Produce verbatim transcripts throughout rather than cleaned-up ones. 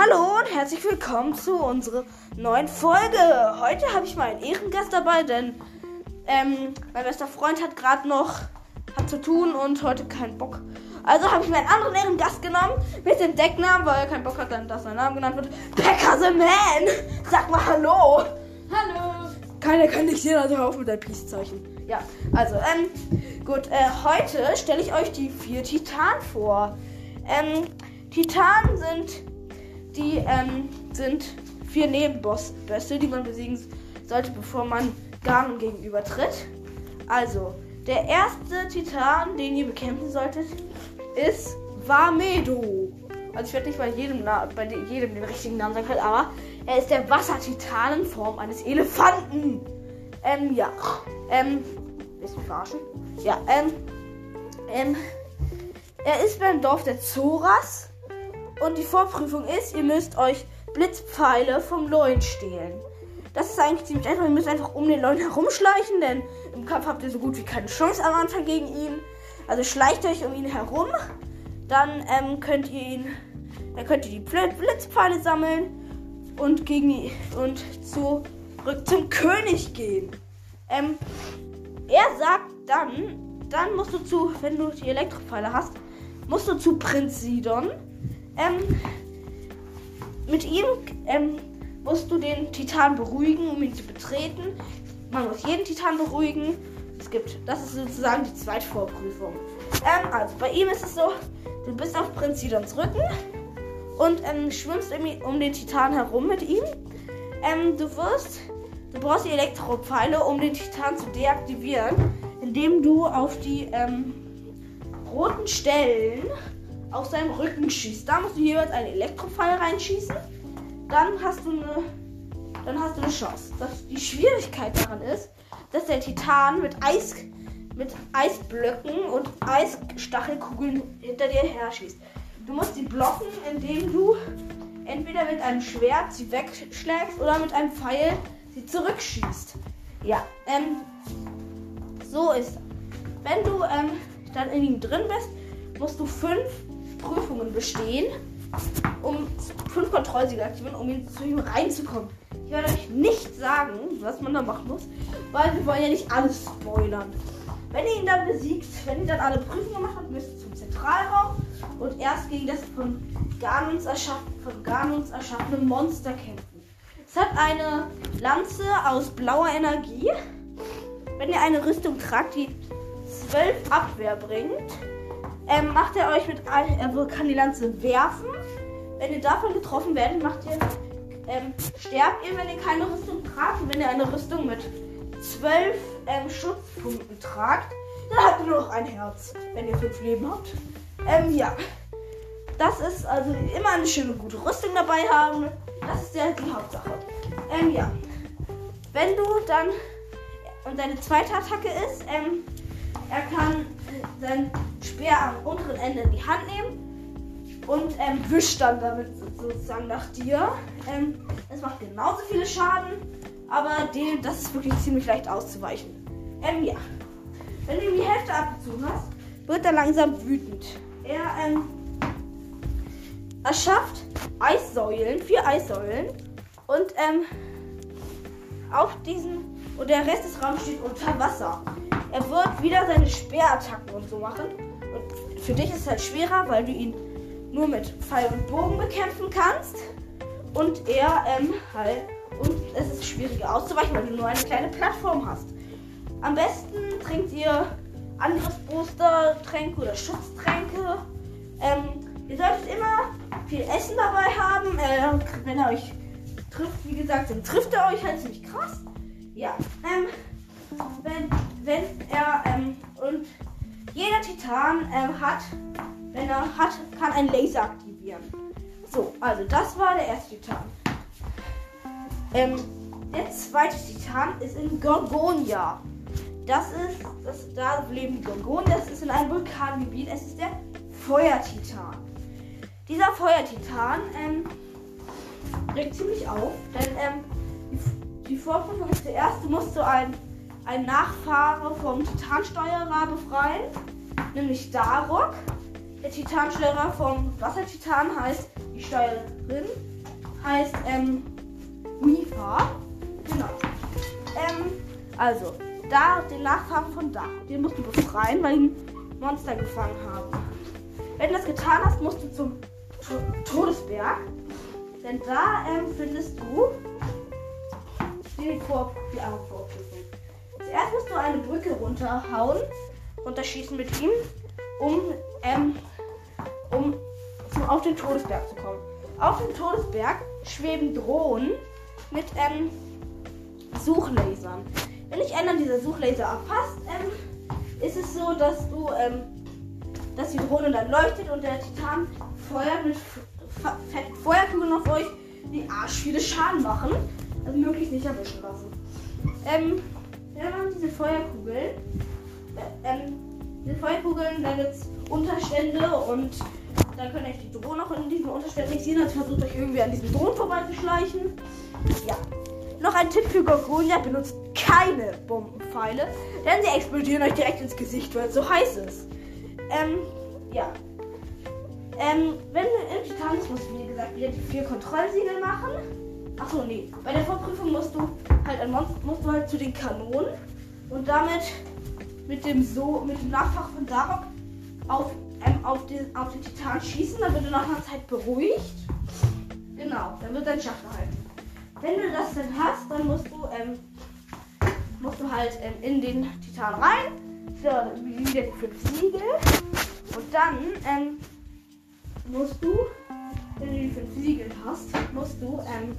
Hallo und herzlich willkommen zu unserer neuen Folge. Heute habe ich mal einen Ehrengast dabei, denn ähm, mein bester Freund hat gerade noch hat zu tun und heute keinen Bock. Also habe ich mir einen anderen Ehrengast genommen mit dem Decknamen, weil er keinen Bock hat, dass sein Name genannt wird. Pekka the Man! Sag mal Hallo! Hallo! Keiner kann dich sehen, also hör auf mit deinem Peace-Zeichen. Ja, also, ähm, gut, äh, heute stelle ich euch die vier Titanen vor. Ähm, Titanen sind die, ähm, sind vier Nebenbosse, die man besiegen sollte, bevor man Ganon gegenübertritt. Also, der erste Titan, den ihr bekämpfen solltet, ist Vamedo. Also ich werde nicht bei jedem, Na- bei jedem den richtigen Namen sagen können, aber er ist der Wassertitan in Form eines Elefanten. Ähm, ja. Ähm, willst du mich verarschen? Ja, ähm, ähm, er ist beim Dorf der Zoras und die Vorprüfung ist, ihr müsst euch Blitzpfeile vom Leuen stehlen. Das ist eigentlich ziemlich einfach, ihr müsst einfach um den Leuen herumschleichen, denn im Kampf habt ihr so gut wie keine Chance am Anfang gegen ihn. Also schleicht euch um ihn herum, dann ähm, könnt ihr ihn, dann könnt ihr die Blitzpfeile sammeln und gegen die, und zurück zum König gehen. Ähm, er sagt dann, dann musst du zu, wenn du die Elektropfeile hast, musst du zu Prinz Sidon. Ähm, mit ihm ähm, musst du den Titan beruhigen, um ihn zu betreten. Man muss jeden Titan beruhigen. Es gibt, das ist sozusagen die zweite Vorprüfung. Ähm, also bei ihm ist es so, du bist auf Prinz Sidons Rücken und ähm, schwimmst irgendwie um den Titan herum mit ihm. Ähm, du wirst, du brauchst die Elektropfeile, um den Titan zu deaktivieren, indem du auf die ähm, roten Stellen auf seinem Rücken schießt. Da musst du jeweils einen Elektropfeil reinschießen. Dann hast du eine, dann hast du eine Chance. Das, die Schwierigkeit daran ist, dass der Titan mit Eis, mit Eisblöcken und Eisstachelkugeln hinter dir her schießt. Du musst sie blocken, indem du entweder mit einem Schwert sie wegschlägst oder mit einem Pfeil sie zurückschießt. Ja, ähm, so ist es. Wenn du ähm, dann in ihm drin bist, musst du fünf Prüfungen bestehen, um fünf Kontrollsiegel aktivieren, um ihn zu ihm reinzukommen. Ich werde euch nicht sagen, was man da machen muss, weil wir wollen ja nicht alles spoilern. Wenn ihr ihn dann besiegt, wenn ihr dann alle Prüfungen gemacht habt, müsst ihr zum Zentralraum und erst gegen das von Ganons, erschaff, von Ganons erschaffene Monster kämpfen. Es hat eine Lanze aus blauer Energie. Wenn ihr eine Rüstung tragt, die zwölf Abwehr bringt, ähm, macht er euch mit ein, er kann die Lanze werfen. Wenn ihr davon getroffen werdet, macht ihr, ähm, sterbt ihr, wenn ihr keine Rüstung tragt. Und wenn ihr eine Rüstung mit zwölf ähm, Schutzpunkten tragt, dann habt ihr nur noch ein Herz, wenn ihr fünf Leben habt. Ähm, ja. Das ist also immer eine schöne, gute Rüstung dabei haben. Das ist ja die Hauptsache. Ähm, ja. Wenn du dann, und deine zweite Attacke ist, ähm, er kann sein Speer am unteren Ende in die Hand nehmen und ähm, wischt dann damit sozusagen nach dir. Ähm, es macht genauso viele Schaden, aber dem, das ist wirklich ziemlich leicht auszuweichen. Ähm, ja. Wenn du ihm die Hälfte abgezogen hast, wird er langsam wütend. Er ähm, erschafft Eissäulen, vier Eissäulen und ähm, auf diesen, und der Rest des Raums steht unter Wasser. Er wird wieder seine Speerattacken und so machen. Und für dich ist es halt schwerer, weil du ihn nur mit Pfeil und Bogen bekämpfen kannst. Und er ähm, halt. Und es ist schwieriger auszuweichen, weil du nur eine kleine Plattform hast. Am besten trinkt ihr Angriffsbooster, Tränke oder Schutztränke. Ähm, ihr solltet immer viel Essen dabei haben. Äh, wenn er euch trifft, wie gesagt, dann trifft er euch halt ziemlich krass. Ja, ähm, wenn, wenn er, ähm, und jeder Titan ähm, hat, wenn er hat, kann ein Laser aktivieren. So, also das war der erste Titan. Ähm, der zweite Titan ist in Gorgonia. Das ist, das, da leben die Gorgonen, das ist in einem Vulkangebiet, es ist der Feuertitan. Dieser Feuertitan, ähm, regt ziemlich auf, denn, ähm, die, die Vorprüfung ist zuerst, du musst so ein ein Nachfahre vom Titansteuerer befreien, nämlich Darok. Der Titansteuerer vom Wassertitan heißt die Steuerin heißt ähm, Mifa. Genau. Ähm, also, da den Nachfahren von da. Den musst du befreien, weil ihn Monster gefangen haben. Wenn du das getan hast, musst du zum to- Todesberg. Denn da ähm, findest du die, Vor- die andere Vorprüfung. Zuerst musst du eine Brücke runterhauen, runterschießen mit ihm, um, ähm, um zum, auf den Todesberg zu kommen. Auf dem Todesberg schweben Drohnen mit ähm, Suchlasern. Wenn dich einer dieser Suchlaser abpasst, ähm, ist es so, dass du, ähm, dass die Drohne dann leuchtet und der Titan feuert mit f- fetten Feuerkugeln auf euch, die arsch viele Schaden machen. Also möglichst nicht erwischen lassen. Ähm, wenn man diese Feuerkugeln, äh, ähm, diese Feuerkugeln, da gibt es Unterstände und dann könnt ihr die Drohnen auch in diesen Unterständen nicht sehen, also versucht euch irgendwie an diesen Drohnen vorbeizuschleichen. Ja. Noch ein Tipp für Gorgonia: benutzt keine Bombenpfeile, denn sie explodieren euch direkt ins Gesicht, weil es so heiß ist. Ähm, ja. Ähm, wenn du im Titan bist, musst du, wie gesagt, wieder die vier Kontrollsiegel machen. Achso, nee. Bei der Vorprüfung musst du halt ein Monster, musst du halt zu den Kanonen und damit mit dem so mit dem Nachfach von Darok auf, ähm, auf, den, auf den Titan schießen, dann wird er nach einer Zeit beruhigt. Genau, dann wird dein Schacht gehalten. Wenn du das dann hast, dann musst du ähm, musst du halt ähm, in den Titan rein, wieder die fünf Siegel und dann ähm, musst du, wenn du die fünf Siegel hast, musst du ähm,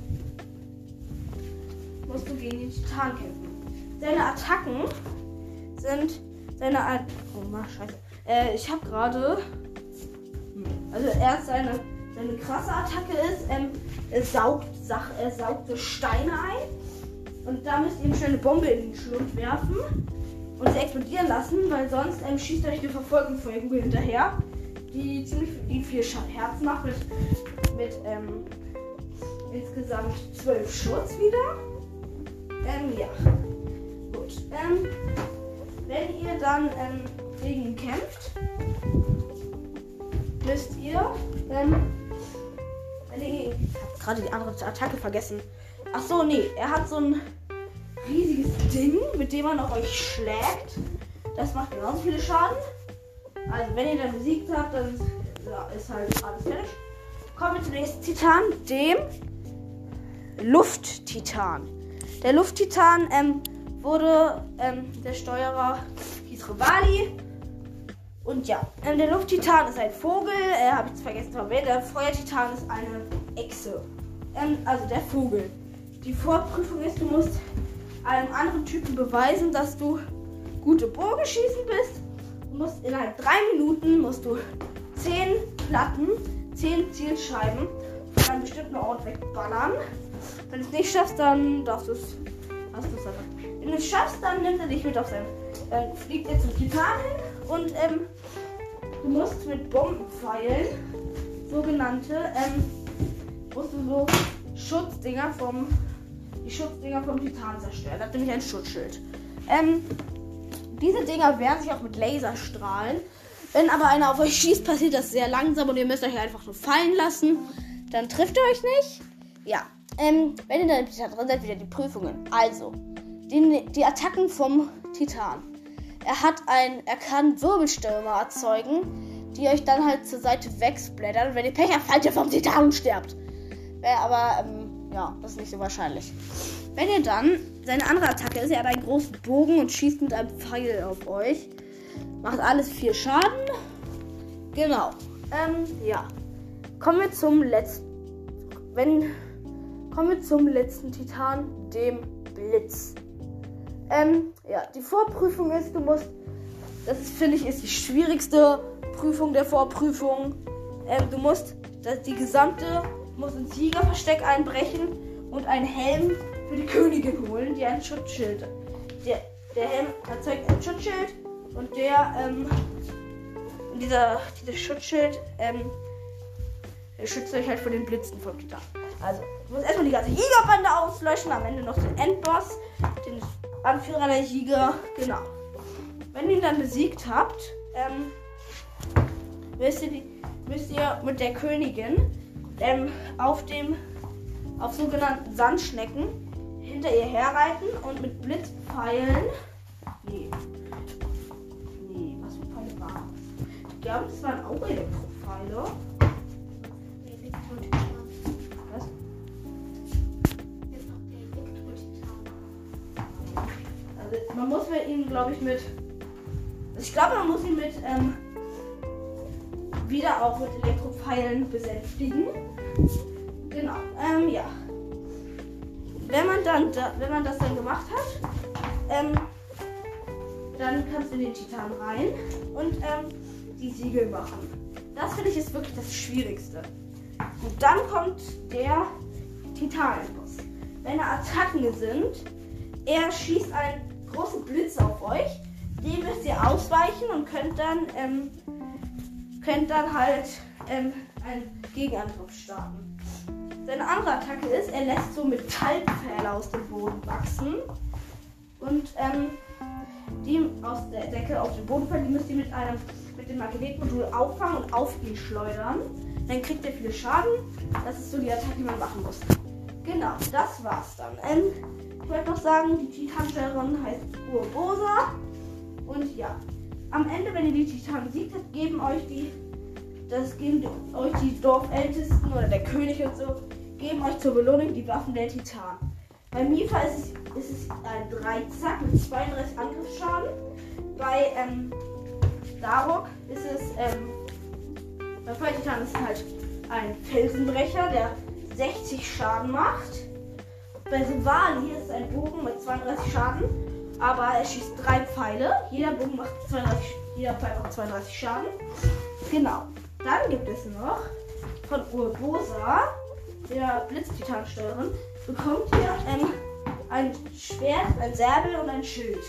musst du gegen den Titan kämpfen. Seine Attacken sind seine At oh Mann, scheiße. Äh, ich habe gerade also erst seine seine krasse Attacke ist, ähm, er saugt Sach er saugt so Steine ein und da müsst ihr ihm schnell eine Bombe in den Schlund werfen und sie explodieren lassen, weil sonst ähm, schießt euch eine Verfolgungsfeuerkugel hinterher, die ziemlich die viel Herz macht mit, mit ähm, insgesamt zwölf Schutz wieder. Ähm, ja. Gut. Ähm, wenn ihr dann ähm, gegen ihn kämpft, müsst ihr, ähm, wenn ihr, ich hab gerade die andere Attacke vergessen. Ach so, nee, er hat so ein riesiges Ding, mit dem man auf euch schlägt. Das macht genauso viele Schaden. Also wenn ihr dann besiegt habt, dann ja, ist halt alles fertig. Kommen wir zum nächsten Titan, dem Lufttitan. Der Lufttitan ähm, wurde, ähm, der Steuerer hieß Revali. Und ja, ähm, der Lufttitan ist ein Vogel, äh, habe ich jetzt vergessen zu erwähnen. Der Feuertitan ist eine Echse. Ähm, also der Vogel. Die Vorprüfung ist, du musst einem anderen Typen beweisen, dass du gute Bogenschießen bist. Du musst innerhalb drei Minuten musst du zehn Platten, zehn Zielscheiben von einem bestimmten Ort wegballern. Wenn du es nicht schaffst, dann darfst du es. Wenn du es schaffst, dann nimmt er dich mit auf sein. Dann fliegt er zum Titan hin und ähm, du musst mit Bombenpfeilen sogenannte, ähm, musst du so Schutzdinger vom, die Schutzdinger vom Titan zerstören. Das ist nämlich ein Schutzschild. Ähm, diese Dinger wehren sich auch mit Laserstrahlen. Wenn aber einer auf euch schießt, passiert das sehr langsam und ihr müsst euch einfach nur fallen lassen. Dann trifft ihr euch nicht. Ja. Ähm, wenn ihr dann im Titan drin seid, wieder die Prüfungen. Also, die, die Attacken vom Titan. Er hat ein, er kann Wirbelstürme erzeugen, die euch dann halt zur Seite wegsplattern. Und wenn ihr Pech habt, fallt ihr vom Titan und sterbt. Äh, aber, ähm, ja, das ist nicht so wahrscheinlich. Wenn ihr dann, seine andere Attacke ist, er hat einen großen Bogen und schießt mit einem Pfeil auf euch. Macht alles vier Schaden. Genau. Ähm, ja. Kommen wir zum letzten. Wenn. Kommen wir zum letzten Titan, dem Blitz. Ähm, ja, die Vorprüfung ist, du musst. Das ist, finde ich, ist die schwierigste Prüfung der Vorprüfung. Ähm, du musst das, die gesamte. Du musst ins Siegerversteck einbrechen und einen Helm für die Königin holen, die ein Schutzschild. Der, der Helm erzeugt ein Schutzschild. Und der, ähm, dieser, dieser Schutzschild, ähm, schützt euch halt vor den Blitzen vom Titan. Also, du musst erstmal die ganze Jägerbande auslöschen, am Ende noch den Endboss, den Anführer der Jäger, genau. Wenn ihr ihn dann besiegt habt, ähm, müsst ihr, die, müsst ihr mit der Königin, ähm, auf dem, auf sogenannten Sandschnecken hinter ihr herreiten und mit Blitzpfeilen. Nee. Nee, was für Pfeile waren das? Ich glaube, das waren auch Elektropfeile. Was? Also, man muss mit ihnen, glaube ich, mit. Ich glaube, man muss ihn mit. Ähm, wieder auch mit Elektropfeilen besänftigen. Genau. Ähm, ja. Wenn man dann, da, wenn man das dann gemacht hat, ähm, dann kannst du in den Titan rein und ähm, die Siegel machen. Das finde ich ist wirklich das Schwierigste. Und dann kommt der Titanenboss. Wenn Attacken sind, er schießt einen großen Blitz auf euch. Dem müsst ihr ausweichen und könnt dann, ähm, könnt dann halt ähm, einen Gegenangriff starten. Seine andere Attacke ist, er lässt so Metallpfähle aus dem Boden wachsen. Und ähm, die aus der Decke auf den Boden fallen, die müsst ihr mit einem mit dem Magnetmodul auffangen und auf ihn schleudern. Dann kriegt er viele Schaden. Das ist so die Attacke, die man machen muss. Genau, das war's dann. Ähm, ich wollte noch sagen, die Titanstellerin heißt Urbosa. Und ja, am Ende, wenn ihr die Titanen besiegt habt, geben euch die, das geben euch die Dorfältesten oder der König und so, geben euch zur Belohnung die Waffen der Titanen. Bei Mipha ist es, ist es ein Dreizack mit zweiunddreißig Angriffsschaden. Bei ähm, Darok ist es, ähm, bei Feuertitan ist es halt ein Felsenbrecher, der sechzig Schaden macht. Bei Sivali ist es ein Bogen mit zweiunddreißig Schaden, aber er schießt drei Pfeile. Jeder Bogen macht zweiunddreißig, jeder Pfeil macht zweiunddreißig Schaden. Genau. Dann gibt es noch von Urbosa, der Blitztitansteuerin, bekommt ihr ähm, ein Schwert, ein Säbel und ein Schild.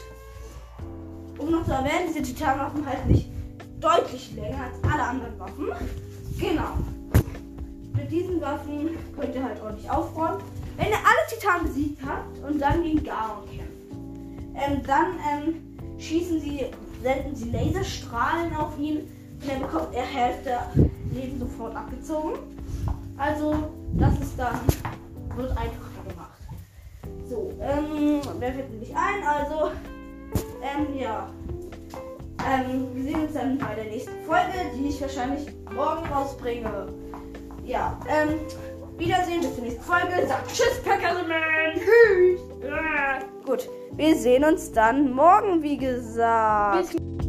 Um noch zu erwähnen, diese Titanwaffen halten nicht deutlich länger als alle anderen Waffen. Genau. Mit diesen Waffen könnt ihr halt ordentlich aufbauen. Wenn ihr alle Titanen besiegt habt und dann gegen Garon kämpft, ähm, dann ähm, schießen sie, senden sie Laserstrahlen auf ihn und dann bekommt er Hälfte Leben sofort abgezogen. Also das ist dann, wird einfacher gemacht. So, ähm, wer fällt mir nicht ein? Also, ähm, ja. Ähm, wir sehen uns dann bei der nächsten Folge, die ich wahrscheinlich morgen rausbringe. Ja, ähm, Wiedersehen, bis zur nächsten Folge. Sagt Tschüss, Packerman. Tschüss. Ja. Gut, wir sehen uns dann morgen, wie gesagt. Bis